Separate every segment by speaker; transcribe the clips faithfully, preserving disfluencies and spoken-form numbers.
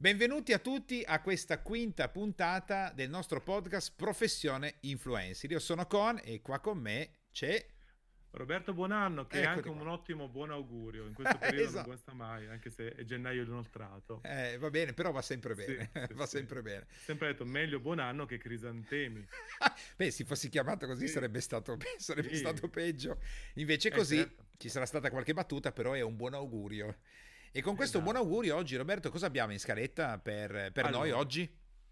Speaker 1: Benvenuti a tutti a questa quinta puntata del nostro podcast Professione Influencer. Io sono Con e qua con me c'è
Speaker 2: Roberto Buonanno, che è
Speaker 1: Eccoli
Speaker 2: anche
Speaker 1: qua.
Speaker 2: un ottimo buon augurio. In questo periodo non
Speaker 1: Esatto.
Speaker 2: guasta mai, anche se è gennaio inoltrato.
Speaker 1: Eh, va bene, però va sempre
Speaker 2: Sì,
Speaker 1: bene.
Speaker 2: sì,
Speaker 1: Va
Speaker 2: sì.
Speaker 1: sempre bene.
Speaker 2: Sempre detto meglio buon anno che crisantemi.
Speaker 1: Beh, se fossi chiamato così
Speaker 2: Sì,
Speaker 1: sarebbe stato, sarebbe
Speaker 2: sì,
Speaker 1: stato peggio. Invece
Speaker 2: eh
Speaker 1: così
Speaker 2: certo,
Speaker 1: ci sarà stata qualche battuta, però è un buon augurio. E con questo buon
Speaker 2: esatto.
Speaker 1: augurio oggi, Roberto, cosa abbiamo in scaletta per, per noi
Speaker 2: Allora,
Speaker 1: oggi?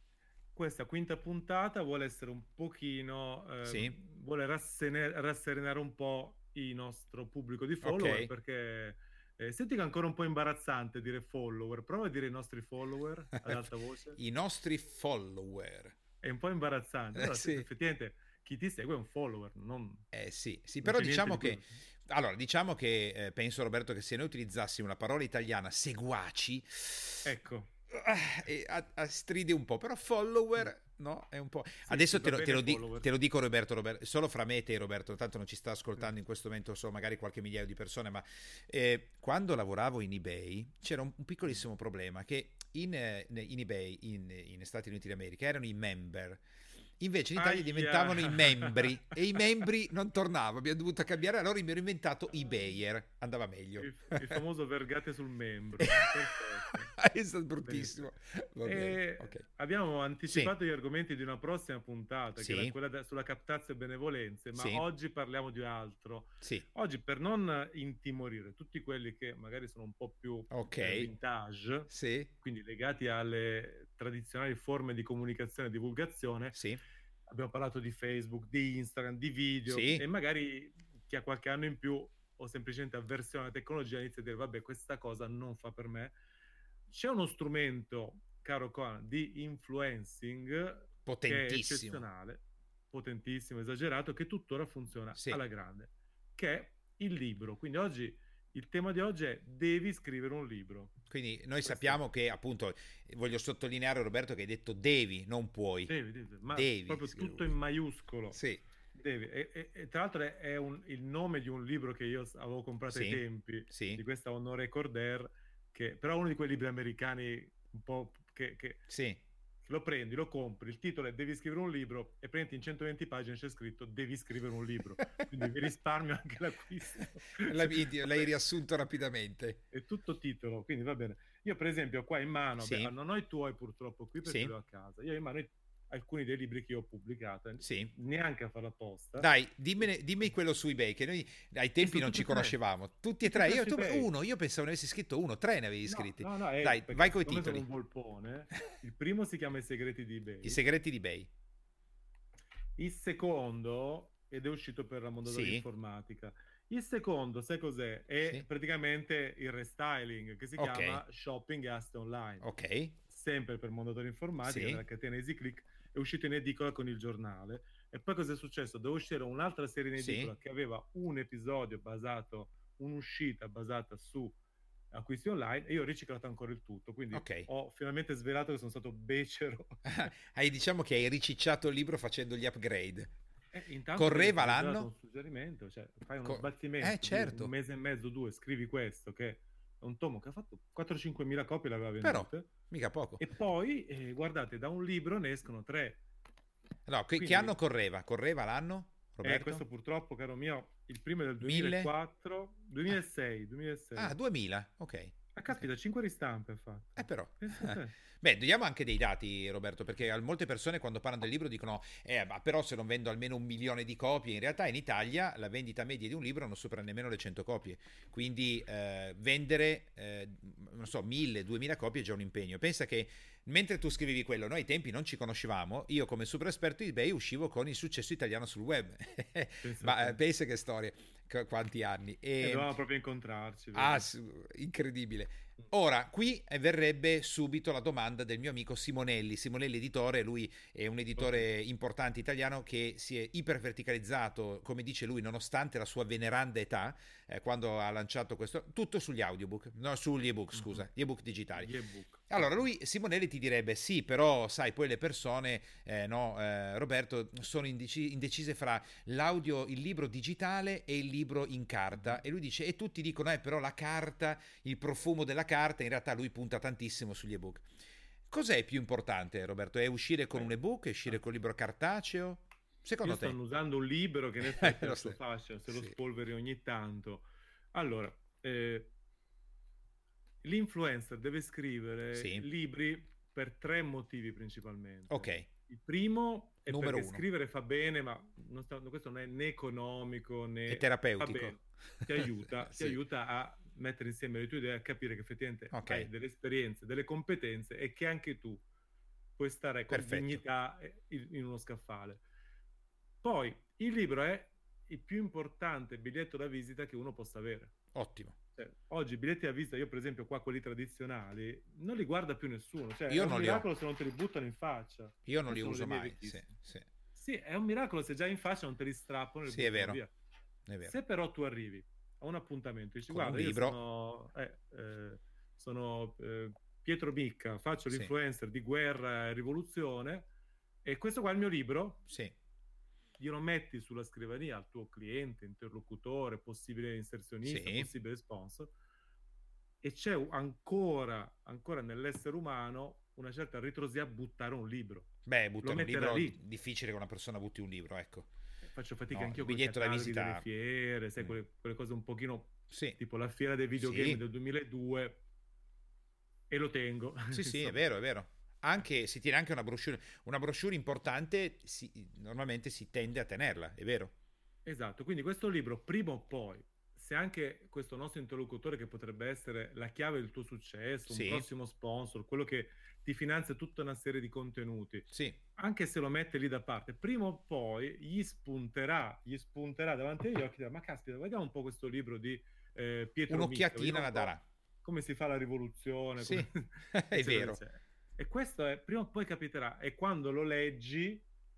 Speaker 2: questa quinta puntata vuole essere un pochino,
Speaker 1: Sì?
Speaker 2: ehm, vuole rassene- rasserenare un po' il nostro pubblico di
Speaker 1: Ok.
Speaker 2: follower perché eh, senti che è ancora un po' imbarazzante dire follower. Prova a dire i nostri follower ad alta voce.
Speaker 1: I nostri follower.
Speaker 2: È un po' imbarazzante,
Speaker 1: Eh,
Speaker 2: però sì,
Speaker 1: sì.
Speaker 2: effettivamente chi ti segue è un follower, non,
Speaker 1: Eh sì, sì,
Speaker 2: non
Speaker 1: però
Speaker 2: c'è niente
Speaker 1: diciamo
Speaker 2: di cui...
Speaker 1: che allora, diciamo che eh, penso Roberto che se noi utilizzassimo una parola italiana seguaci
Speaker 2: Ecco,
Speaker 1: ah, e a, a stride un po', però
Speaker 2: mm,
Speaker 1: follower no, è un po'.
Speaker 2: sì, sì,
Speaker 1: Adesso te
Speaker 2: va
Speaker 1: lo, te
Speaker 2: bene
Speaker 1: lo di-
Speaker 2: follower.
Speaker 1: te lo dico Roberto, Roberto, solo fra me e te Roberto, tanto non ci sta
Speaker 2: Sì.
Speaker 1: ascoltando in questo momento so magari qualche migliaio di persone, ma eh, quando lavoravo in eBay c'era un, un
Speaker 2: Mm.
Speaker 1: piccolissimo problema che in, eh, in eBay in, in Stati Uniti d'America erano i member. Invece in Italia
Speaker 2: Aia!
Speaker 1: diventavano i membri e i membri non tornavano, abbiamo dovuto cambiare, allora mi ero inventato eBayer, andava meglio.
Speaker 2: Il, il famoso vergate sul membro, perfetto.
Speaker 1: È stato
Speaker 2: Benissimo.
Speaker 1: bruttissimo. Va bene,
Speaker 2: E
Speaker 1: ok.
Speaker 2: abbiamo
Speaker 1: Sì,
Speaker 2: anticipato gli argomenti di una prossima puntata, che era
Speaker 1: sì,
Speaker 2: quella de- sulla captazio e benevolenze, ma
Speaker 1: sì,
Speaker 2: oggi parliamo di altro.
Speaker 1: sì,
Speaker 2: Oggi, per non intimorire tutti quelli che magari sono un po' più eh,
Speaker 1: ok,
Speaker 2: vintage,
Speaker 1: sì,
Speaker 2: quindi legati alle tradizionali forme di comunicazione e divulgazione,
Speaker 1: sì,
Speaker 2: abbiamo parlato di Facebook, di Instagram, di video, e
Speaker 1: sì,
Speaker 2: magari chi ha qualche anno in più o semplicemente avversione alla tecnologia inizia a dire vabbè, questa cosa non fa per me. C'è uno strumento, caro Conan, di influencing che è
Speaker 1: potentissimo.
Speaker 2: eccezionale, potentissimo, esagerato, che tuttora funziona
Speaker 1: Sì.
Speaker 2: alla grande, che è il libro. Quindi oggi il tema di oggi è devi scrivere un libro.
Speaker 1: Quindi noi
Speaker 2: Questo è.
Speaker 1: sappiamo che appunto voglio sottolineare Roberto che hai detto devi, non puoi.
Speaker 2: Devi, devi, ma
Speaker 1: Devi
Speaker 2: proprio
Speaker 1: scrivere un
Speaker 2: tutto in
Speaker 1: libro.
Speaker 2: maiuscolo.
Speaker 1: Sì,
Speaker 2: Devi. E, e- e tra l'altro è, è un- il nome di un libro che io avevo comprato ai
Speaker 1: sì,
Speaker 2: tempi,
Speaker 1: sì,
Speaker 2: di questa Honoré Corder, che però è uno di quei libri americani un po' che, che
Speaker 1: sì.
Speaker 2: lo prendi, lo compri, il titolo è Devi scrivere un libro e prendi in centoventi pagine c'è scritto Devi scrivere un libro. Quindi vi risparmio anche l'acquisto.
Speaker 1: L'hai l'hai
Speaker 2: Vabbè,
Speaker 1: riassunto rapidamente.
Speaker 2: è tutto titolo, quindi va bene. Io per esempio qua in mano, beh,
Speaker 1: Sì,
Speaker 2: non ho i tuoi purtroppo qui perché li
Speaker 1: sì,
Speaker 2: ho a casa, io ho in mano i- alcuni dei libri che io ho pubblicato, eh,
Speaker 1: sì.
Speaker 2: neanche a farla apposta.
Speaker 1: Dai, dimmene- dimmi quello su eBay, che noi ai
Speaker 2: E
Speaker 1: tempi
Speaker 2: sono
Speaker 1: non
Speaker 2: tutti
Speaker 1: ci
Speaker 2: e tre,
Speaker 1: conoscevamo. Tutti e
Speaker 2: tutti e
Speaker 1: tre.
Speaker 2: tre
Speaker 1: Io,
Speaker 2: su
Speaker 1: tu,
Speaker 2: eBay.
Speaker 1: uno, io pensavo ne avessi scritto uno, tre ne avevi
Speaker 2: No,
Speaker 1: scritti.
Speaker 2: no, no, è
Speaker 1: Dai,
Speaker 2: perché
Speaker 1: vai con i
Speaker 2: siccome sono un
Speaker 1: titoli.
Speaker 2: volpone, il primo si chiama I segreti di
Speaker 1: I
Speaker 2: eBay,
Speaker 1: segreti di eBay.
Speaker 2: il secondo, ed è uscito per la Mondadori
Speaker 1: Sì,
Speaker 2: Informatica, il secondo, sai cos'è? È
Speaker 1: sì.
Speaker 2: praticamente il restyling che si
Speaker 1: Ok,
Speaker 2: chiama Shopping Aste Online,
Speaker 1: ok.
Speaker 2: sempre per Mondadori Informatica,
Speaker 1: Sì,
Speaker 2: nella catena EasyClick, è uscito in edicola con il giornale. E poi cosa è successo? Dove uscire un'altra serie in
Speaker 1: sì,
Speaker 2: edicola che aveva un episodio basato, un'uscita basata su acquisti online, e io ho riciclato ancora il tutto, quindi
Speaker 1: ok.
Speaker 2: ho finalmente svelato che sono stato becero.
Speaker 1: Hai, diciamo che hai ricicciato il libro facendo gli upgrade.
Speaker 2: E intanto vedi,
Speaker 1: Correva
Speaker 2: ti ho già dato un
Speaker 1: l'anno?
Speaker 2: suggerimento, cioè fai uno
Speaker 1: Co- eh,
Speaker 2: sbattimento di un
Speaker 1: certo.
Speaker 2: mese e mezzo, due, scrivi questo, che è un tomo che ha fatto quattro cinque mila copie, l'aveva
Speaker 1: Però,
Speaker 2: vendute,
Speaker 1: mica poco.
Speaker 2: e poi, eh, guardate, da un libro ne escono tre.
Speaker 1: No, che, che anno
Speaker 2: Quindi,
Speaker 1: correva? Correva l'anno,
Speaker 2: eh,
Speaker 1: Roberto?
Speaker 2: questo purtroppo, caro mio, il primo è del
Speaker 1: Mille?
Speaker 2: duemilaquattro,
Speaker 1: Ah,
Speaker 2: duemilasei,
Speaker 1: ah,
Speaker 2: duemilasei.
Speaker 1: duemila. Ok,
Speaker 2: Ah,
Speaker 1: ok.
Speaker 2: caspita, cinque ristampe ha
Speaker 1: Eh
Speaker 2: fatto.
Speaker 1: però,
Speaker 2: Pensa a te.
Speaker 1: beh, diamo anche dei dati, Roberto, perché molte persone quando parlano del libro dicono, eh, ma però se non vendo almeno un milione di copie, in realtà in Italia la vendita media di un libro non supera nemmeno le cento copie, quindi eh, vendere, eh, non so, mille, duemila copie è già un impegno. Pensa che mentre tu scrivevi quello, noi ai tempi non ci conoscevamo, io come super esperto di eBay uscivo con il successo italiano sul web,
Speaker 2: Pensa a
Speaker 1: ma eh,
Speaker 2: te.
Speaker 1: pensa che storie, qu- quanti anni.
Speaker 2: E
Speaker 1: E,
Speaker 2: dovevamo proprio incontrarci,
Speaker 1: ah,
Speaker 2: vedi?
Speaker 1: su- incredibile. Ora, qui eh, verrebbe subito la domanda del mio amico Simonelli. Simonelli editore, lui è un
Speaker 2: Ok.
Speaker 1: editore importante italiano che si è iperverticalizzato, come dice lui, nonostante la sua veneranda età, eh, quando ha lanciato questo, tutto sugli audiobook, no, sugli ebook,
Speaker 2: Mhm.
Speaker 1: scusa, gli ebook digitali.
Speaker 2: Gli ebook.
Speaker 1: Allora,
Speaker 2: Ok.
Speaker 1: lui, Simonelli ti direbbe sì, però sai, poi le persone, eh, no, eh, Roberto, sono indeci- indecise fra l'audio, il libro digitale e il libro in
Speaker 2: Mhm.
Speaker 1: carta. E lui dice, e tutti dicono, eh, però la carta, il profumo della carta, in realtà lui punta tantissimo sugli ebook. Cos'è più importante, Roberto? È uscire con
Speaker 2: Beh,
Speaker 1: un ebook, è uscire
Speaker 2: ah,
Speaker 1: con un libro cartaceo?
Speaker 2: io
Speaker 1: Secondo te?
Speaker 2: sto usando un libro che in effetti ha
Speaker 1: Lo
Speaker 2: il suo
Speaker 1: so.
Speaker 2: fascino, se lo
Speaker 1: Sì.
Speaker 2: spolveri ogni tanto. Allora, eh, l'influencer deve scrivere
Speaker 1: Sì.
Speaker 2: libri per tre motivi principalmente.
Speaker 1: Ok.
Speaker 2: Il primo è
Speaker 1: Numero
Speaker 2: perché
Speaker 1: uno.
Speaker 2: scrivere fa bene, ma non sta- questo non è né economico
Speaker 1: È
Speaker 2: né fa bene,
Speaker 1: terapeutico.
Speaker 2: ti aiuta, ti
Speaker 1: Sì.
Speaker 2: aiuta a mettere insieme le tue idee, a capire che effettivamente
Speaker 1: Ok.
Speaker 2: hai delle esperienze, delle competenze e che anche tu puoi stare con
Speaker 1: Perfetto.
Speaker 2: dignità eh, in in uno scaffale. Poi il libro è il più importante biglietto da visita che uno possa avere.
Speaker 1: Ottimo.
Speaker 2: Cioè, oggi i biglietti da visita, io per esempio qua quelli tradizionali, non li guarda più nessuno. Cioè, è
Speaker 1: Io
Speaker 2: un
Speaker 1: non li ho.
Speaker 2: miracolo se non te li buttano in faccia.
Speaker 1: Io non li
Speaker 2: Questo è uno
Speaker 1: uso
Speaker 2: dei miei
Speaker 1: mai. Sì,
Speaker 2: vecchissimi.
Speaker 1: sì.
Speaker 2: Sì, è un miracolo se già in faccia non te li strappano e li
Speaker 1: Sì, è
Speaker 2: buttano
Speaker 1: vero.
Speaker 2: via.
Speaker 1: È vero.
Speaker 2: Se però tu arrivi a un appuntamento e dici,
Speaker 1: Con un
Speaker 2: guarda, io
Speaker 1: libro.
Speaker 2: sono, eh, eh, sono eh, Pietro Micca, faccio
Speaker 1: Sì.
Speaker 2: l'influencer di guerra e rivoluzione, e questo qua è il mio libro,
Speaker 1: Sì.
Speaker 2: glielo metti sulla scrivania al tuo cliente, interlocutore, possibile inserzionista,
Speaker 1: Sì.
Speaker 2: possibile sponsor, e c'è ancora, ancora nell'essere umano una certa ritrosia a buttare un libro.
Speaker 1: Beh,
Speaker 2: Lo
Speaker 1: buttare un
Speaker 2: metterà
Speaker 1: libro,
Speaker 2: lì.
Speaker 1: difficile che una persona butti un libro, ecco.
Speaker 2: Faccio fatica
Speaker 1: No, il
Speaker 2: anch'io con i
Speaker 1: biglietto da
Speaker 2: cataloghi delle
Speaker 1: visita.
Speaker 2: fiere, sai,
Speaker 1: Mm.
Speaker 2: quelle, quelle cose un pochino
Speaker 1: Sì.
Speaker 2: tipo la fiera dei videogame
Speaker 1: Sì.
Speaker 2: del duemiladue, e lo tengo.
Speaker 1: Sì, sì, è
Speaker 2: Insomma.
Speaker 1: vero, è vero. Anche, si tiene anche una brochure, una brochure importante, si- normalmente si tende a tenerla, è vero?
Speaker 2: Esatto, quindi questo libro, prima o poi, se anche questo nostro interlocutore, che potrebbe essere la chiave del tuo successo, un
Speaker 1: Sì,
Speaker 2: prossimo sponsor, quello che ti finanzia tutta una serie di contenuti,
Speaker 1: sì.
Speaker 2: anche se lo mette lì da parte, prima o poi gli spunterà, gli spunterà davanti agli occhi, dirà, ma caspita, vediamo un po' questo libro di eh, Pietro Micca,
Speaker 1: Un'occhiatina
Speaker 2: vediamo
Speaker 1: la
Speaker 2: un po'
Speaker 1: darà.
Speaker 2: come si fa la rivoluzione,
Speaker 1: Sì,
Speaker 2: come-
Speaker 1: è
Speaker 2: eccetera,
Speaker 1: vero.
Speaker 2: eccetera. E questo è, prima o poi capiterà, e quando lo leggi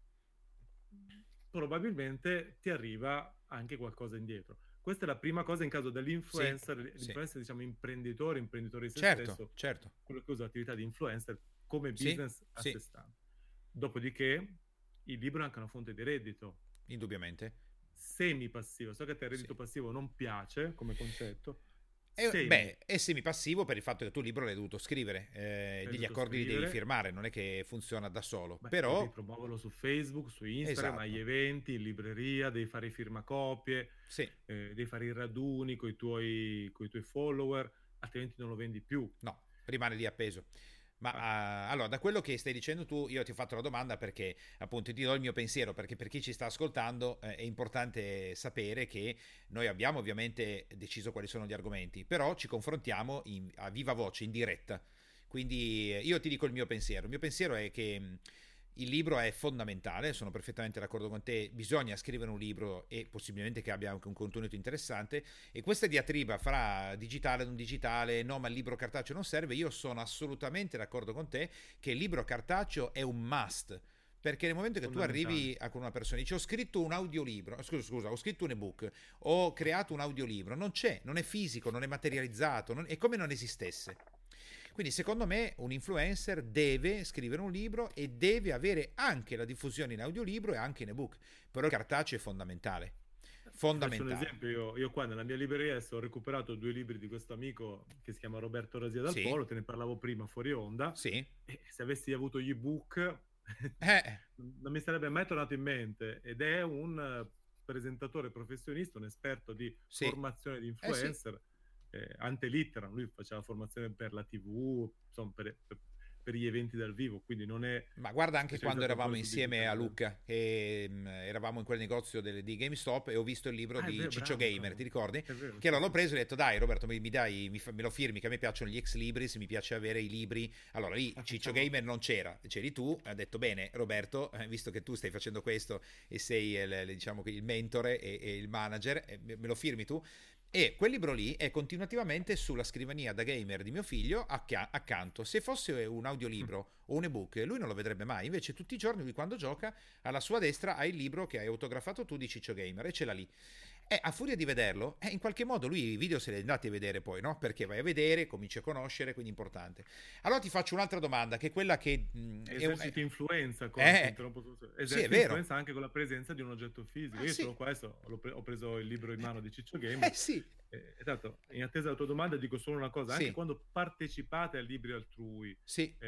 Speaker 2: probabilmente ti arriva anche qualcosa indietro. Questa è la prima cosa in caso
Speaker 1: Sì,
Speaker 2: dell'influencer,
Speaker 1: sì.
Speaker 2: l'influencer diciamo imprenditore, imprenditore di se
Speaker 1: Certo,
Speaker 2: stesso,
Speaker 1: certo.
Speaker 2: quello che usa l'attività di influencer come
Speaker 1: Sì,
Speaker 2: business a
Speaker 1: sì,
Speaker 2: sé stante. Dopodiché il libro è anche una fonte di reddito
Speaker 1: indubbiamente.
Speaker 2: semi passivo. So che a te il
Speaker 1: Sì.
Speaker 2: reddito passivo non piace come concetto.
Speaker 1: E,
Speaker 2: Semi,
Speaker 1: beh, è semipassivo per il fatto che tu il libro l'hai dovuto scrivere, eh,
Speaker 2: hai
Speaker 1: degli
Speaker 2: dovuto
Speaker 1: accordi li devi
Speaker 2: scrivere.
Speaker 1: firmare, non è che funziona da solo.
Speaker 2: Beh, devi
Speaker 1: Però,
Speaker 2: promuoverlo su Facebook, su Instagram, agli
Speaker 1: esatto,
Speaker 2: eventi, in libreria, devi fare i firmacopie,
Speaker 1: sì,
Speaker 2: eh, devi fare i raduni con i tuoi, coi tuoi follower, altrimenti non lo vendi più.
Speaker 1: no, rimane lì appeso. Ma
Speaker 2: Ah,
Speaker 1: ah, allora, da quello che stai dicendo tu, io ti ho fatto la domanda perché appunto ti do il mio pensiero, perché per chi ci sta ascoltando eh, è importante sapere che noi abbiamo ovviamente deciso quali sono gli argomenti, però ci confrontiamo in- a viva voce, in diretta. Quindi eh, io ti dico il mio pensiero. Il mio pensiero è che mh, il libro è fondamentale, sono perfettamente d'accordo con te, bisogna scrivere un libro e possibilmente che abbia anche un contenuto interessante, e questa diatriba fra digitale e non digitale, no ma il libro cartaceo non serve, io sono assolutamente d'accordo con te che il libro cartaceo è un must, perché nel momento che tu
Speaker 2: fondamentale.
Speaker 1: arrivi a con una persona e dici ho scritto un audiolibro, scusa, scusa, ho scritto un ebook, ho creato un audiolibro, non c'è, non è fisico, non è materializzato, non- è come non esistesse. Quindi secondo me un influencer deve scrivere un libro e deve avere anche la diffusione in audiolibro e anche in ebook, però il cartaceo è fondamentale,
Speaker 2: Ti faccio un
Speaker 1: fondamentale.
Speaker 2: esempio, io, io qua nella mia libreria adesso ho recuperato due libri di questo amico che si chiama Roberto Rasia dal
Speaker 1: Sì,
Speaker 2: Polo, te ne parlavo prima fuori onda,
Speaker 1: sì,
Speaker 2: e se avessi avuto gli ebook
Speaker 1: eh,
Speaker 2: non mi sarebbe mai tornato in mente, ed è un eh, presentatore professionista, un esperto di
Speaker 1: sì,
Speaker 2: formazione di
Speaker 1: eh sì.
Speaker 2: influencer, eh, ante litteram, lui faceva formazione per la tivù, insomma per, per- per gli eventi dal vivo, quindi non è
Speaker 1: Ma guarda anche quando
Speaker 2: specializzato
Speaker 1: eravamo
Speaker 2: ancora sul
Speaker 1: insieme a
Speaker 2: digitale.
Speaker 1: Lucca, che mh, eravamo in quel negozio del- di GameStop e ho visto il libro
Speaker 2: Ah, è
Speaker 1: di
Speaker 2: vero,
Speaker 1: Ciccio
Speaker 2: bravo,
Speaker 1: Gamer, ti
Speaker 2: bravo.
Speaker 1: ricordi?
Speaker 2: È vero,
Speaker 1: Che
Speaker 2: sì,
Speaker 1: allora l'ho
Speaker 2: sì, sì.
Speaker 1: preso e ho detto dai Roberto mi, mi dai, mi, fa- me lo firmi, che a me piacciono gli ex libris, mi piace avere i libri. Allora lì
Speaker 2: Ma
Speaker 1: Ciccio
Speaker 2: facciamo...
Speaker 1: Gamer non c'era, c'eri tu, ha detto bene Roberto, eh, visto che tu stai facendo questo e sei il, il- diciamo, che il mentore e, e il manager, eh, me me lo firmi tu? E quel libro lì è continuativamente sulla scrivania da gamer di mio figlio acca- accanto. Se fosse un audiolibro o un ebook, lui non lo vedrebbe mai. Invece, tutti i giorni, lui quando gioca, alla sua destra ha il libro che hai autografato tu di Ciccio Gamer e ce l'ha lì. E a furia di vederlo, eh, in qualche modo lui i video se li è andati a vedere poi, no? Perché vai a vedere, cominci a conoscere, quindi importante. Allora ti faccio un'altra domanda, che è quella che mh, è un.
Speaker 2: Eserciti influenza con, ti
Speaker 1: Eh,
Speaker 2: interrompo solo-
Speaker 1: sì, è
Speaker 2: eserciti
Speaker 1: vero.
Speaker 2: influenza anche con la presenza di un oggetto fisico.
Speaker 1: Ah,
Speaker 2: Io
Speaker 1: sì.
Speaker 2: sono qua adesso, l'ho pre- ho preso il libro in mano di Ciccio
Speaker 1: Eh,
Speaker 2: Gamer.
Speaker 1: sì.
Speaker 2: Eh, esatto, in attesa della tua domanda dico solo una cosa, anche
Speaker 1: Sì,
Speaker 2: quando partecipate a libri altrui,
Speaker 1: sì.
Speaker 2: eh,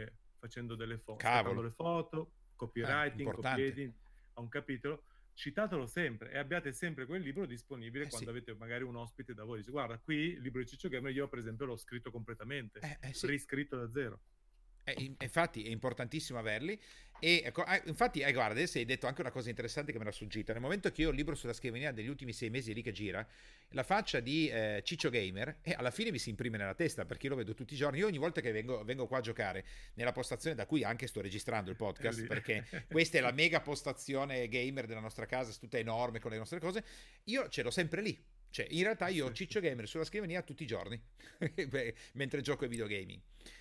Speaker 2: facendo delle foto,
Speaker 1: Cavolo.
Speaker 2: scattando le foto, copywriting,
Speaker 1: Eh,
Speaker 2: copywriting, a un capitolo, citatelo sempre e abbiate sempre quel libro disponibile
Speaker 1: eh,
Speaker 2: quando
Speaker 1: sì.
Speaker 2: avete magari un ospite da voi. Dice, guarda, qui il libro di Ciccio Gamer io per esempio l'ho scritto completamente,
Speaker 1: Eh, eh, sì.
Speaker 2: riscritto da zero.
Speaker 1: Eh, infatti è importantissimo averli e ecco, eh, infatti eh, guarda, adesso hai detto anche una cosa interessante che mi era sfuggita. Nel momento che io ho il libro sulla scrivania degli ultimi sei mesi lì che gira, la faccia di eh, Ciccio Gamer e alla fine mi si imprime nella testa perché io lo vedo tutti i giorni. Io ogni volta che vengo, vengo qua a giocare nella postazione da cui anche sto registrando il podcast, perché questa è la mega postazione gamer della nostra casa, è tutta enorme con le nostre cose, io ce l'ho sempre lì. Cioè, in realtà io ho Ciccio Gamer sulla scrivania tutti i giorni mentre gioco ai videogaming.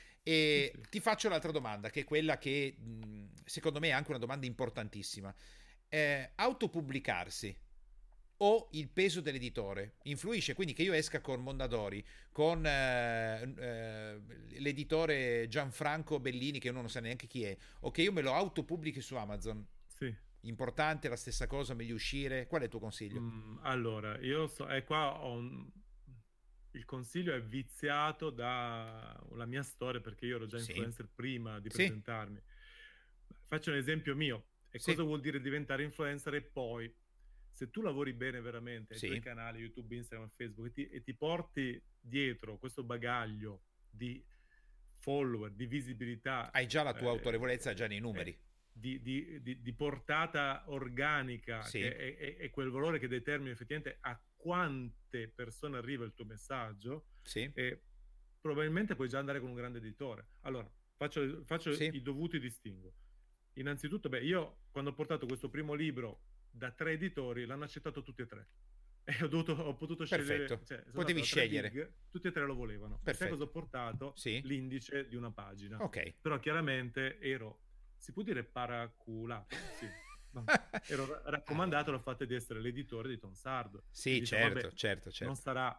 Speaker 1: E
Speaker 2: Sì, sì.
Speaker 1: ti faccio l'altra domanda, che è quella che mh, secondo me è anche una domanda importantissima. Eh, autopubblicarsi o il peso dell'editore influisce? Quindi che io esca con Mondadori, con eh, eh, l'editore Gianfranco Bellini, che uno non sa neanche chi è, o che io me lo autopubblichi su Amazon.
Speaker 2: Sì.
Speaker 1: Importante, la stessa cosa, meglio uscire? Qual è il tuo consiglio?
Speaker 2: Mm, allora, io so, e qua ho un- il consiglio è viziato dalla mia storia perché io ero già
Speaker 1: Sì,
Speaker 2: influencer prima di
Speaker 1: sì,
Speaker 2: presentarmi. Faccio un esempio mio. E
Speaker 1: sì,
Speaker 2: cosa vuol dire diventare influencer? E poi, se tu lavori bene veramente ai tuoi
Speaker 1: sì.
Speaker 2: canali YouTube, Instagram, Facebook e ti, e ti porti dietro questo bagaglio di follower, di visibilità,
Speaker 1: Hai già la tua autorevolezza già nei
Speaker 2: eh,
Speaker 1: numeri.
Speaker 2: eh, di, di, di, di portata organica,
Speaker 1: Sì,
Speaker 2: che è, è, è quel valore che determina effettivamente a quante persone arriva il tuo messaggio,
Speaker 1: sì,
Speaker 2: e probabilmente puoi già andare con un grande editore. Allora, faccio, faccio
Speaker 1: sì.
Speaker 2: i dovuti distinguo. Innanzitutto, beh, io quando ho portato questo primo libro da tre editori, l'hanno accettato tutti e tre. E ho, dovuto, ho potuto scegliere,
Speaker 1: Perfetto.
Speaker 2: cioè sono andato
Speaker 1: Potevi
Speaker 2: da tre
Speaker 1: scegliere.
Speaker 2: big, tutti e tre lo volevano. E sai cosa
Speaker 1: Perfetto.
Speaker 2: ho portato?
Speaker 1: Sì?
Speaker 2: L'indice di una pagina.
Speaker 1: Ok.
Speaker 2: Però chiaramente ero, si può dire paraculato? Sì. No. Ero ra- raccomandato dal fatto di essere l'editore di Tom Sardo.
Speaker 1: Sì,
Speaker 2: Quindi dicevo,
Speaker 1: certo,
Speaker 2: vabbè,
Speaker 1: certo,
Speaker 2: non
Speaker 1: certo.
Speaker 2: sarà,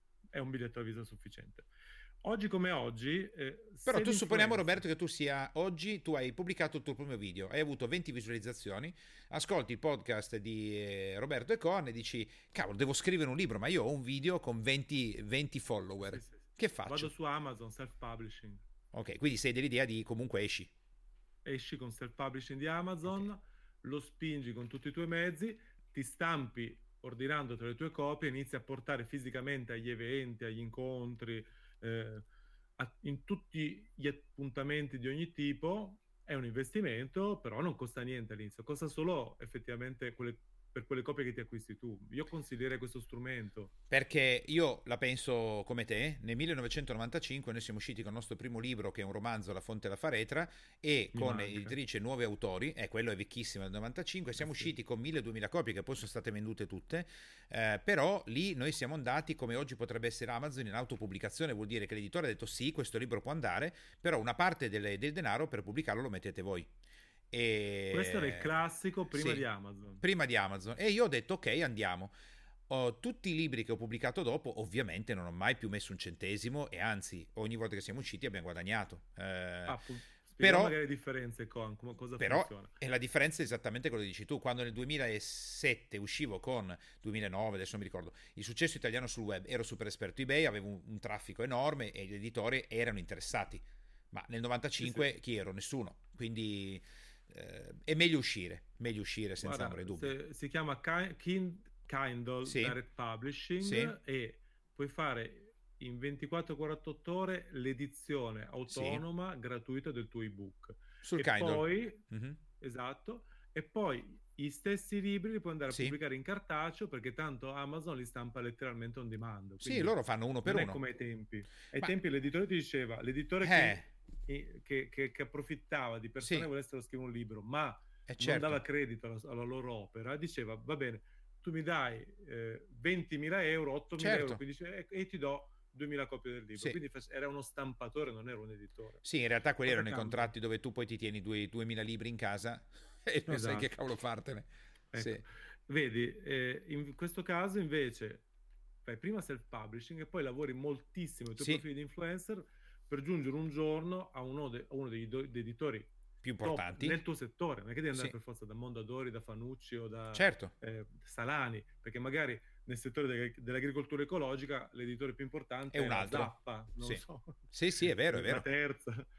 Speaker 2: è un biglietto a visita sufficiente. Oggi come oggi, eh,
Speaker 1: Però
Speaker 2: se
Speaker 1: tu supponiamo,
Speaker 2: l'influencer...
Speaker 1: Roberto, che tu sia oggi, tu hai pubblicato il tuo primo video, hai avuto venti visualizzazioni, ascolti il podcast di eh, Roberto e Coan e dici, cavolo, devo scrivere un libro, ma io ho un video con venti, venti follower.
Speaker 2: Sì, sì, sì.
Speaker 1: Che
Speaker 2: Vado
Speaker 1: faccio?
Speaker 2: su Amazon, self-publishing.
Speaker 1: Ok, quindi sei dell'idea di comunque esci.
Speaker 2: Esci con self-publishing di Amazon,
Speaker 1: Ok.
Speaker 2: lo spingi con tutti i tuoi mezzi, ti stampi ordinandoti le tue copie, inizi a portare fisicamente agli eventi, agli incontri, eh, a- in tutti gli appuntamenti di ogni tipo. È un investimento, però non costa niente all'inizio, costa solo effettivamente quelle- per quelle copie che ti acquisti tu. Io consiglierei questo strumento.
Speaker 1: Perché io la penso come te, nel millenovecentonovantacinque noi siamo usciti con il nostro primo libro che è un romanzo, La fonte e la faretra, e
Speaker 2: Mi
Speaker 1: con
Speaker 2: manca.
Speaker 1: editrice Nuovi Autori, e eh, quello è vecchissimo del novantacinque,
Speaker 2: Eh
Speaker 1: siamo
Speaker 2: sì.
Speaker 1: usciti con mille-duemila copie che poi sono state vendute tutte, eh, però lì noi siamo andati come oggi potrebbe essere Amazon in autopubblicazione, vuol dire che l'editore ha detto sì, questo libro può andare, però una parte del, del denaro per pubblicarlo lo mettete voi.
Speaker 2: Questo era il
Speaker 1: E...
Speaker 2: classico prima
Speaker 1: Sì,
Speaker 2: di Amazon.
Speaker 1: prima di Amazon. E io ho detto ok, andiamo. Ho tutti i libri che ho pubblicato dopo, ovviamente non ho mai più messo un centesimo e anzi ogni volta che siamo usciti abbiamo guadagnato. Eh,
Speaker 2: Ah, pu- spieghiamo
Speaker 1: però,
Speaker 2: magari le differenze con come, cosa
Speaker 1: però
Speaker 2: funziona.
Speaker 1: e la differenza è esattamente quello che dici tu. Quando nel duemilasette uscivo con duemilanove, adesso non mi ricordo, il successo italiano sul web, ero super esperto eBay, avevo un, un traffico enorme e gli editori erano interessati. Ma nel
Speaker 2: Sì, sì.
Speaker 1: novantacinque chi ero? Nessuno. Quindi eh, è meglio uscire, meglio uscire senza
Speaker 2: Guarda,
Speaker 1: ombra di dubbio.
Speaker 2: se- si chiama Ki- Kin- Kindle
Speaker 1: Sì,
Speaker 2: Direct
Speaker 1: sì,
Speaker 2: Publishing e puoi fare in ventiquattro quarantotto ore l'edizione
Speaker 1: sì.
Speaker 2: autonoma gratuita del tuo ebook.
Speaker 1: Sul
Speaker 2: E
Speaker 1: Kindle.
Speaker 2: poi,
Speaker 1: Mhm.
Speaker 2: esatto, e poi gli stessi libri li puoi andare a
Speaker 1: Sì.
Speaker 2: pubblicare in cartaceo perché tanto Amazon li stampa letteralmente on demand.
Speaker 1: Sì,
Speaker 2: Quindi
Speaker 1: loro fanno uno per
Speaker 2: non è
Speaker 1: uno.
Speaker 2: come ai tempi. Ai
Speaker 1: Ma
Speaker 2: tempi l'editore ti diceva, l'editore
Speaker 1: eh,
Speaker 2: che, che, che- che approfittava di persone che
Speaker 1: sì,
Speaker 2: volessero scrivere un libro, ma
Speaker 1: è
Speaker 2: non
Speaker 1: certo.
Speaker 2: dava credito alla, alla loro opera, diceva va bene, tu mi dai eh, ventimila euro, ottomila euro,
Speaker 1: Certo.
Speaker 2: quindi dice, e, e ti do duemila copie del libro.
Speaker 1: Sì.
Speaker 2: Quindi fa- era uno stampatore, non era un editore.
Speaker 1: Sì, in realtà quelli
Speaker 2: Cosa
Speaker 1: erano i
Speaker 2: cambia?
Speaker 1: contratti dove tu poi ti tieni due- duemila libri in casa e non sai che
Speaker 2: Esatto.
Speaker 1: cavolo fartene.
Speaker 2: Ecco,
Speaker 1: Sì.
Speaker 2: vedi, eh, in questo caso invece fai prima self-publishing e poi lavori moltissimo i tuoi
Speaker 1: Sì,
Speaker 2: profili di influencer per giungere un giorno a uno, de- a uno dei, do- dei editori
Speaker 1: più
Speaker 2: top
Speaker 1: importanti.
Speaker 2: nel tuo settore, non è che devi andare
Speaker 1: Sì,
Speaker 2: per forza da Mondadori, da Fanucci o da
Speaker 1: certo.
Speaker 2: eh, Salani, perché magari nel settore de- dell'agricoltura ecologica l'editore più
Speaker 1: È
Speaker 2: importante è
Speaker 1: un
Speaker 2: la
Speaker 1: altro.
Speaker 2: Zappa, non
Speaker 1: Sì.
Speaker 2: so,
Speaker 1: Sì, sì, è vero, è
Speaker 2: la
Speaker 1: vero.
Speaker 2: terza.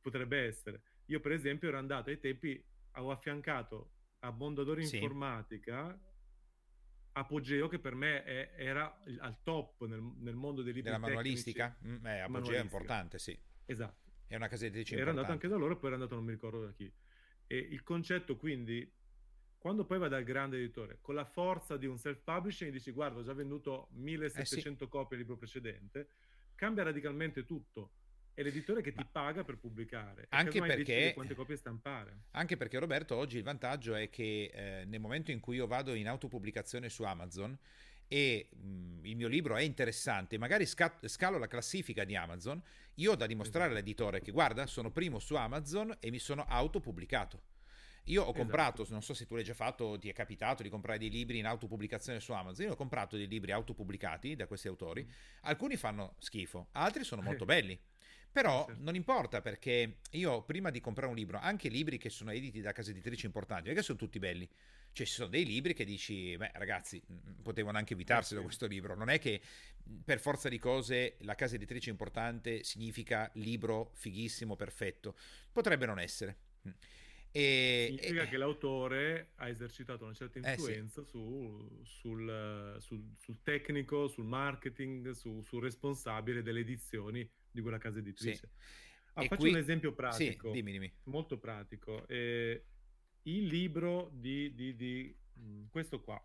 Speaker 2: potrebbe essere. Io per esempio ero andato ai tempi, avevo affiancato a Mondadori
Speaker 1: Sì.
Speaker 2: Informatica Apogeo, che per me è, era al top nel, nel mondo dei libri
Speaker 1: Della
Speaker 2: tecnici.
Speaker 1: manualistica? Mm, eh, Apogeo è
Speaker 2: Manualistica.
Speaker 1: importante, sì.
Speaker 2: Esatto.
Speaker 1: È una casa editrice
Speaker 2: Era
Speaker 1: importante.
Speaker 2: andato anche da loro, poi era andato non mi ricordo da chi. E il concetto quindi, quando poi vai dal grande editore, con la forza di un self-publishing, dici guarda, ho già venduto millesettecento
Speaker 1: Eh sì.
Speaker 2: copie al libro precedente, cambia radicalmente tutto. È l'editore che
Speaker 1: Ma
Speaker 2: ti paga per pubblicare e
Speaker 1: anche
Speaker 2: casomai decide
Speaker 1: perché,
Speaker 2: quante copie stampare.
Speaker 1: anche perché Roberto, oggi il vantaggio è che eh, nel momento in cui io vado in autopubblicazione su Amazon e mh, il mio libro è interessante, magari sca- scalo la classifica di Amazon, io ho da dimostrare
Speaker 2: Esatto.
Speaker 1: all'editore che guarda, sono primo su Amazon e mi sono autopubblicato. Io ho comprato,
Speaker 2: Esatto.
Speaker 1: non so se tu l'hai già fatto, ti è capitato di comprare dei libri in autopubblicazione su Amazon. Io ho comprato dei libri autopubblicati da questi autori.
Speaker 2: Mm.
Speaker 1: Alcuni fanno schifo, altri sono molto
Speaker 2: Eh,
Speaker 1: belli.
Speaker 2: eh,
Speaker 1: Però
Speaker 2: certo.
Speaker 1: non importa, perché io prima di comprare un libro, anche libri che sono editi da case editrici importanti, perché sono tutti belli. Cioè ci sono dei libri che dici, beh ragazzi, mh, potevano anche evitarselo
Speaker 2: Eh, sì.
Speaker 1: questo libro. Non è che mh, per forza di cose la casa editrice importante significa libro fighissimo, perfetto. Potrebbe non essere. Mm. E,
Speaker 2: Significa
Speaker 1: e-
Speaker 2: che l'autore ha esercitato una certa
Speaker 1: eh sì,
Speaker 2: influenza su- sul, sul- sul tecnico, sul marketing, su- sul responsabile delle edizioni di quella casa
Speaker 1: sì.
Speaker 2: editrice. Ah,
Speaker 1: E
Speaker 2: faccio un
Speaker 1: qui,
Speaker 2: esempio
Speaker 1: sì,
Speaker 2: pratico,
Speaker 1: dimmi, dimmi.
Speaker 2: molto pratico. Eh, il libro di, di- di- mh, questo qua.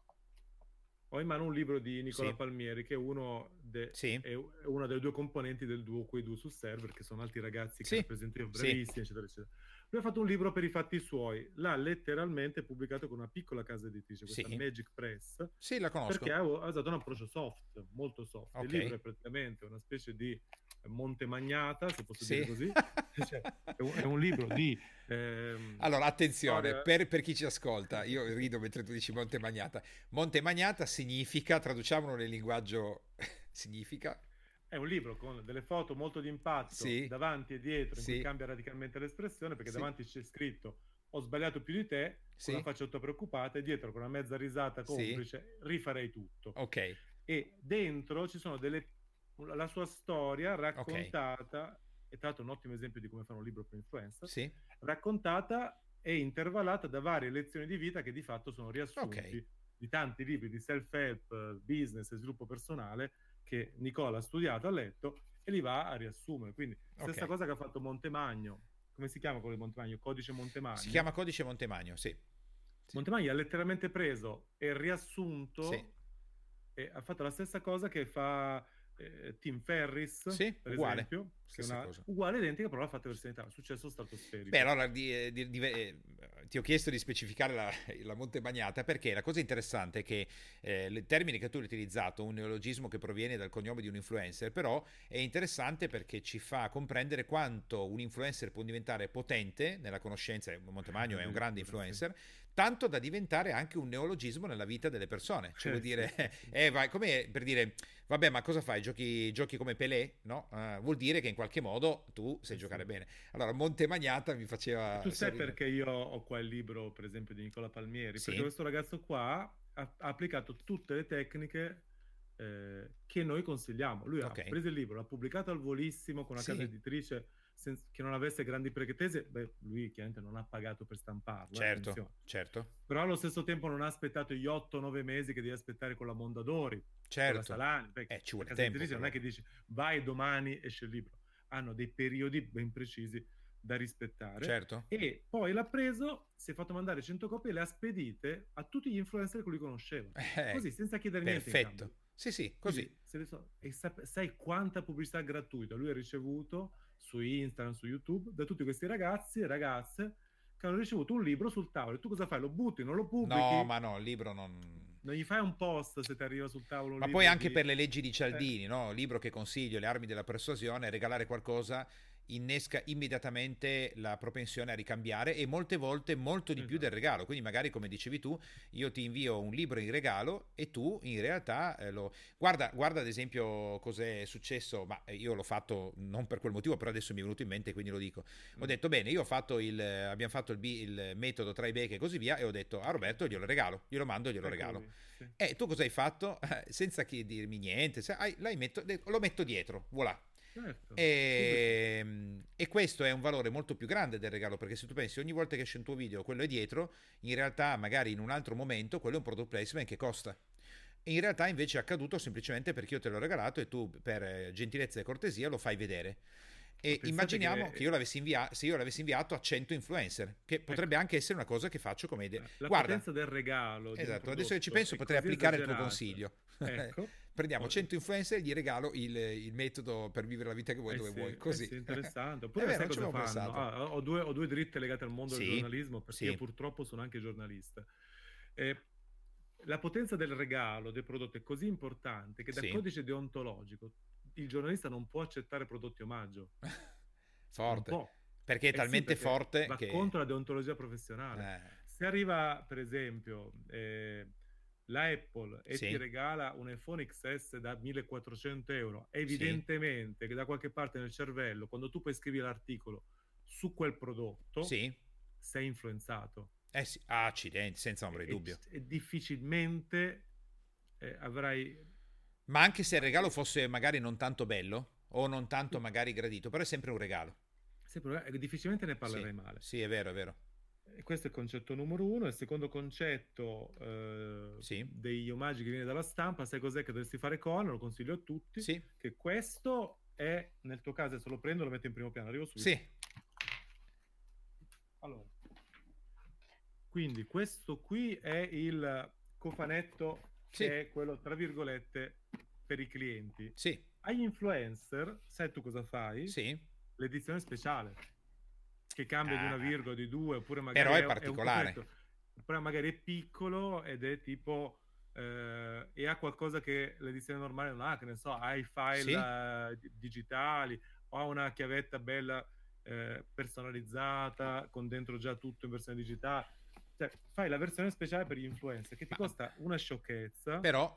Speaker 2: Ho in mano un libro di Nicola
Speaker 1: Sì,
Speaker 2: Palmieri, che è uno, de-
Speaker 1: sì,
Speaker 2: è è una delle due componenti del duo, quei due su server, che sono altri ragazzi che
Speaker 1: sì,
Speaker 2: rappresento io,
Speaker 1: sì,
Speaker 2: bravissimi, eccetera, eccetera. Lui ha fatto un libro per i fatti suoi, l'ha letteralmente pubblicato con una piccola casa editrice, questa
Speaker 1: sì,
Speaker 2: Magic Press,
Speaker 1: sì, la
Speaker 2: perché
Speaker 1: conosco.
Speaker 2: ha, ha usato un approccio soft, molto soft. Il
Speaker 1: Ok,
Speaker 2: libro è praticamente una specie di Monte Magnata, se posso dire
Speaker 1: sì.
Speaker 2: così. Cioè, è, un, è un libro di ehm,
Speaker 1: Allora, attenzione,
Speaker 2: storia.
Speaker 1: per, per chi ci ascolta, io rido mentre tu dici Monte Magnata. Monte Magnata significa, traduciamolo nel linguaggio, significa,
Speaker 2: È un libro con delle foto molto di impatto
Speaker 1: sì,
Speaker 2: davanti e dietro, in cui
Speaker 1: sì,
Speaker 2: cambia radicalmente l'espressione, perché
Speaker 1: sì,
Speaker 2: davanti c'è scritto ho sbagliato più di te, con la
Speaker 1: sì,
Speaker 2: faccia tutta preoccupata, e dietro con una mezza risata
Speaker 1: sì,
Speaker 2: complice, rifarei tutto.
Speaker 1: ok,
Speaker 2: E dentro ci sono delle... la sua storia
Speaker 1: ok,
Speaker 2: raccontata, e tra l'altro un ottimo esempio di come fare un libro per influencer,
Speaker 1: sì,
Speaker 2: raccontata e intervallata da varie lezioni di vita che di fatto sono
Speaker 1: ok,
Speaker 2: riassunti di tanti libri di self-help, business e sviluppo personale che Nicola ha studiato, ha letto e li va a riassumere. Quindi stessa
Speaker 1: ok.
Speaker 2: cosa che ha fatto Montemagno. Come si chiama quello di Montemagno? Codice
Speaker 1: Si
Speaker 2: Montemagno.
Speaker 1: chiama Codice Montemagno, sì, sì,
Speaker 2: Montemagno ha letteralmente preso e
Speaker 1: sì,
Speaker 2: riassunto e ha fatto la stessa cosa che fa eh, Tim Ferris,
Speaker 1: sì,
Speaker 2: per
Speaker 1: uguale,
Speaker 2: esempio, che è
Speaker 1: stessa
Speaker 2: una
Speaker 1: cosa.
Speaker 2: uguale identica, però l'ha fatta in versione italiana, successo
Speaker 1: Beh,
Speaker 2: stratosferico.
Speaker 1: allora di- di- di- eh, ti ho chiesto di specificare la, la Monte Magnata perché la cosa interessante è che eh, il termine che tu hai utilizzato, un neologismo che proviene dal cognome di un influencer, però è interessante perché ci fa comprendere quanto un influencer può diventare potente nella conoscenza. Montemagno è un grande
Speaker 2: Addirittura, sì.
Speaker 1: influencer, tanto da diventare anche un neologismo nella vita delle persone. Cioè
Speaker 2: Eh,
Speaker 1: vuol
Speaker 2: sì,
Speaker 1: dire,
Speaker 2: sì, sì.
Speaker 1: eh, vai, come per dire, vabbè, ma cosa fai? Giochi, giochi come Pelé? No? Eh, vuol dire che in qualche modo tu sai
Speaker 2: Eh,
Speaker 1: giocare
Speaker 2: sì.
Speaker 1: bene. Allora, Monte Magnata mi
Speaker 2: E
Speaker 1: faceva
Speaker 2: tu sai
Speaker 1: sorridere.
Speaker 2: perché io ho qua il libro, per esempio, di Nicola Palmieri? Perché
Speaker 1: Sì,
Speaker 2: questo ragazzo qua ha, ha applicato tutte le tecniche eh, che noi consigliamo. Lui ha
Speaker 1: ok.
Speaker 2: preso il libro, l'ha pubblicato al volissimo con una casa
Speaker 1: Sì,
Speaker 2: editrice senza- che non avesse grandi pretese. Beh, lui chiaramente non ha pagato per stamparlo, eh,
Speaker 1: certo,
Speaker 2: attenzione.
Speaker 1: certo,
Speaker 2: Però allo stesso tempo non ha aspettato gli otto nove mesi che devi aspettare con la Mondadori, con la
Speaker 1: certo.
Speaker 2: Salani. Beh,
Speaker 1: Eh, ci
Speaker 2: la
Speaker 1: vuole
Speaker 2: casa
Speaker 1: tempo
Speaker 2: editrice non è
Speaker 1: però.
Speaker 2: che dici vai domani esce il libro. Hanno dei periodi ben precisi da rispettare.
Speaker 1: Certo.
Speaker 2: E poi l'ha preso, si è fatto mandare cento copie e le ha spedite a tutti gli influencer che lui conosceva.
Speaker 1: Eh,
Speaker 2: Così, senza chiedere niente in
Speaker 1: perfetto.
Speaker 2: cambio.
Speaker 1: Sì, sì, così.
Speaker 2: Quindi, se le so- e sap- sai quanta pubblicità gratuita lui ha ricevuto su Instagram, su YouTube, da tutti questi ragazzi e ragazze che hanno ricevuto un libro sul tavolo. E tu cosa fai? Lo butti, non lo
Speaker 1: No,
Speaker 2: pubblichi?
Speaker 1: ma no, il libro non...
Speaker 2: Non gli fai un post se ti arriva sul tavolo un
Speaker 1: Ma poi
Speaker 2: libro
Speaker 1: anche
Speaker 2: di...
Speaker 1: per le leggi di
Speaker 2: Eh,
Speaker 1: Cialdini, no? Libro che consiglio, Le armi della persuasione, regalare qualcosa innesca immediatamente la propensione a ricambiare e molte volte molto di più del
Speaker 2: esatto.
Speaker 1: regalo. Quindi magari come dicevi tu, io ti invio un libro in regalo e tu in realtà eh, lo... Guarda, guarda ad esempio cos'è successo, ma io l'ho fatto non per quel motivo, però adesso mi è venuto in mente, quindi lo dico. Ho
Speaker 2: Mm.
Speaker 1: detto bene, io ho fatto il, abbiamo fatto il, B- il metodo tra i becchi e così via e ho detto a Roberto glielo regalo, glielo mando e glielo
Speaker 2: Eccolo
Speaker 1: regalo.
Speaker 2: lì. Sì.
Speaker 1: E tu cosa hai fatto? Senza che dirmi niente, se- hai- l'hai metto, lo metto dietro, voilà.
Speaker 2: Certo,
Speaker 1: E, e questo è un valore molto più grande del regalo, perché se tu pensi ogni volta che esce un tuo video quello è dietro, in realtà magari in un altro momento quello è un product placement che costa. E in realtà invece è accaduto semplicemente perché io te l'ho regalato e tu per eh, gentilezza e cortesia lo fai vedere.
Speaker 2: ma
Speaker 1: E
Speaker 2: pensate
Speaker 1: immaginiamo
Speaker 2: che
Speaker 1: che io l'avessi inviato, se io l'avessi inviato a cento influencer, che potrebbe
Speaker 2: ecco,
Speaker 1: anche essere una cosa che faccio come idea.
Speaker 2: la
Speaker 1: Guarda,
Speaker 2: potenza del regalo di un
Speaker 1: esatto, adesso che ci
Speaker 2: prodotto
Speaker 1: penso
Speaker 2: è
Speaker 1: potrei
Speaker 2: così
Speaker 1: applicare il tuo
Speaker 2: esagerata.
Speaker 1: consiglio.
Speaker 2: Ecco,
Speaker 1: Prendiamo
Speaker 2: oh,
Speaker 1: cento influencer e gli regalo il, il metodo per vivere la vita che vuoi
Speaker 2: eh
Speaker 1: dove
Speaker 2: sì,
Speaker 1: vuoi,
Speaker 2: eh
Speaker 1: così.
Speaker 2: sì, interessante.
Speaker 1: È
Speaker 2: Oppure
Speaker 1: vero,
Speaker 2: sai
Speaker 1: non ci
Speaker 2: cosa
Speaker 1: avevo
Speaker 2: fanno?
Speaker 1: pensato.
Speaker 2: Ah, ho, due, ho due dritte legate al mondo del
Speaker 1: Sì,
Speaker 2: giornalismo, perché io
Speaker 1: sì,
Speaker 2: purtroppo sono anche giornalista. Eh, la potenza del regalo del prodotto è così importante che da
Speaker 1: sì.
Speaker 2: codice deontologico il giornalista non può accettare prodotti omaggio. Non
Speaker 1: Forte.
Speaker 2: può.
Speaker 1: Perché è
Speaker 2: Eh sì,
Speaker 1: talmente
Speaker 2: perché
Speaker 1: forte
Speaker 2: va
Speaker 1: che...
Speaker 2: contro la deontologia professionale.
Speaker 1: eh,
Speaker 2: Se arriva, per esempio, eh, la Apple e ti
Speaker 1: sì,
Speaker 2: regala un iPhone X S da millequattrocento euro,
Speaker 1: sì,
Speaker 2: evidentemente che da qualche parte nel cervello, quando tu poi scrivi l'articolo su quel prodotto,
Speaker 1: sì.
Speaker 2: sei influenzato.
Speaker 1: Eh sì, ah, accidenti, senza ombra
Speaker 2: E,
Speaker 1: di
Speaker 2: e-
Speaker 1: dubbio.
Speaker 2: e difficilmente eh, avrai...
Speaker 1: Ma anche se il regalo fosse magari non tanto bello o non tanto magari gradito, però è sempre un regalo.
Speaker 2: sempre- eh, difficilmente ne
Speaker 1: Sì,
Speaker 2: parlerai male.
Speaker 1: sì, è vero, è vero.
Speaker 2: E questo è il concetto numero uno. Il secondo concetto eh,
Speaker 1: Sì,
Speaker 2: degli omaggi che viene dalla stampa, sai cos'è che dovresti fare con? Lo consiglio a tutti,
Speaker 1: sì,
Speaker 2: che questo è, nel tuo caso, adesso lo prendo e lo metto in primo piano, arrivo subito.
Speaker 1: sì,
Speaker 2: Allora, quindi questo qui è il cofanetto
Speaker 1: sì,
Speaker 2: che è quello, tra virgolette, per i clienti.
Speaker 1: sì,
Speaker 2: Agli influencer, sai tu cosa fai?
Speaker 1: sì.
Speaker 2: L'edizione speciale, che cambia di una
Speaker 1: Ah,
Speaker 2: virgola, di due, oppure magari
Speaker 1: però è
Speaker 2: è, è un
Speaker 1: particolare.
Speaker 2: cofanetto, però magari è piccolo ed è tipo eh, e ha qualcosa che l'edizione normale non ha, che ne so, ha i
Speaker 1: Sì,
Speaker 2: file eh, digitali, o ha una chiavetta bella eh, personalizzata con dentro già tutto in versione digitale. Cioè, fai la versione speciale per gli influencer che ti
Speaker 1: ma,
Speaker 2: costa una sciocchezza
Speaker 1: però...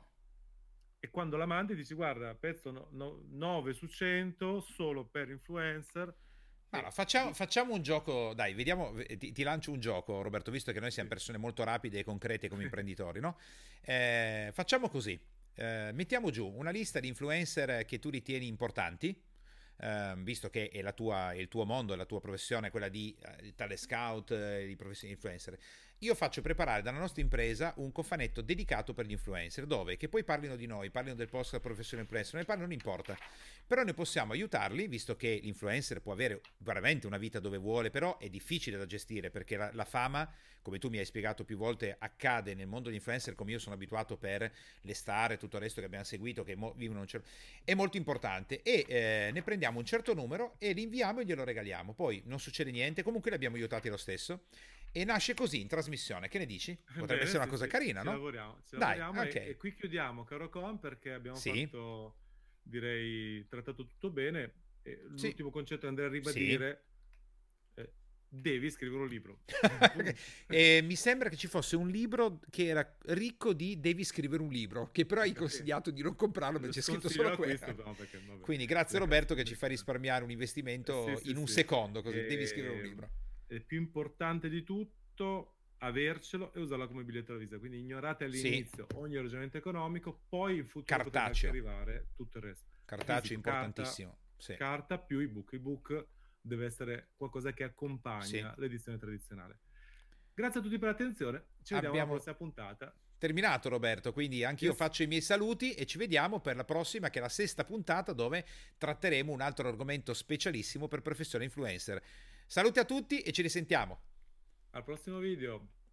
Speaker 2: e quando la mandi dici guarda, pezzo no- no- nove su cento solo per influencer
Speaker 1: Allora,
Speaker 2: e
Speaker 1: facciamo,
Speaker 2: di-
Speaker 1: facciamo un gioco, dai, vediamo, ti, ti lancio un gioco, Roberto, visto che noi siamo
Speaker 2: sì.
Speaker 1: persone molto rapide e concrete come imprenditori, no? Eh, facciamo così, eh, mettiamo giù una lista di influencer che tu ritieni importanti, eh, visto che è, la tua, è il tuo mondo, è la tua professione, quella di eh, tale scout, eh, di professioni influencer. Io faccio preparare dalla nostra impresa un cofanetto dedicato per gli influencer, dove che poi parlino di noi, parlino del post professione influencer, non ne parlino, non importa. Però noi possiamo aiutarli, visto che l'influencer può avere veramente una vita dove vuole, però è difficile da gestire perché la, la fama, come tu mi hai spiegato più volte, accade nel mondo degli influencer come io sono abituato per le star e tutto il resto che abbiamo seguito, che mo- vivono un certo... È molto importante e eh, ne prendiamo un certo numero e li inviamo e glielo regaliamo. Poi non succede niente, comunque li abbiamo aiutati lo stesso. E nasce così in trasmissione. Che ne dici? Potrebbe
Speaker 2: Bene,
Speaker 1: essere una
Speaker 2: sì,
Speaker 1: cosa
Speaker 2: sì,
Speaker 1: carina,
Speaker 2: ci
Speaker 1: no?
Speaker 2: lavoriamo, ci
Speaker 1: Dai,
Speaker 2: lavoriamo e, e
Speaker 1: ok.
Speaker 2: qui chiudiamo, caro Con, perché abbiamo
Speaker 1: Sì,
Speaker 2: fatto, direi, trattato tutto bene. E
Speaker 1: sì,
Speaker 2: l'ultimo concetto da andare a
Speaker 1: sì.
Speaker 2: ribadire, eh, devi scrivere un libro.
Speaker 1: Ok. E mi sembra che ci fosse un libro che era ricco di devi scrivere un libro, che però hai
Speaker 2: Sì.
Speaker 1: consigliato di non comprarlo
Speaker 2: Lo
Speaker 1: perché c'è scritto
Speaker 2: sconsiglio
Speaker 1: solo quello.
Speaker 2: acquisto, no, perché, vabbè,
Speaker 1: Quindi grazie
Speaker 2: le
Speaker 1: Roberto che ci
Speaker 2: cose-
Speaker 1: fa risparmiare un
Speaker 2: Sì,
Speaker 1: investimento
Speaker 2: sì,
Speaker 1: in un
Speaker 2: sì.
Speaker 1: secondo, così devi scrivere un
Speaker 2: E,
Speaker 1: libro.
Speaker 2: è più importante di tutto avercelo e usarla come biglietto da visita. Quindi ignorate
Speaker 1: Sì,
Speaker 2: all'inizio ogni ragionamento economico, poi in futuro potrebbe anche
Speaker 1: cartaceo.
Speaker 2: arrivare tutto il resto.
Speaker 1: Cartaceo
Speaker 2: Fisico, carta,
Speaker 1: importantissimo. Sì,
Speaker 2: carta più ebook. Ebook deve essere qualcosa che
Speaker 1: sì.
Speaker 2: accompagna l'edizione tradizionale. Grazie a tutti per l'attenzione. Ci vediamo alla
Speaker 1: Abbiamo
Speaker 2: prossima puntata.
Speaker 1: terminato Roberto, quindi anch'io
Speaker 2: Yes.
Speaker 1: faccio i miei saluti e ci vediamo per la prossima che è la sesta puntata dove tratteremo un altro argomento specialissimo per professione influencer. Saluti a tutti e ci risentiamo.
Speaker 2: Al prossimo video.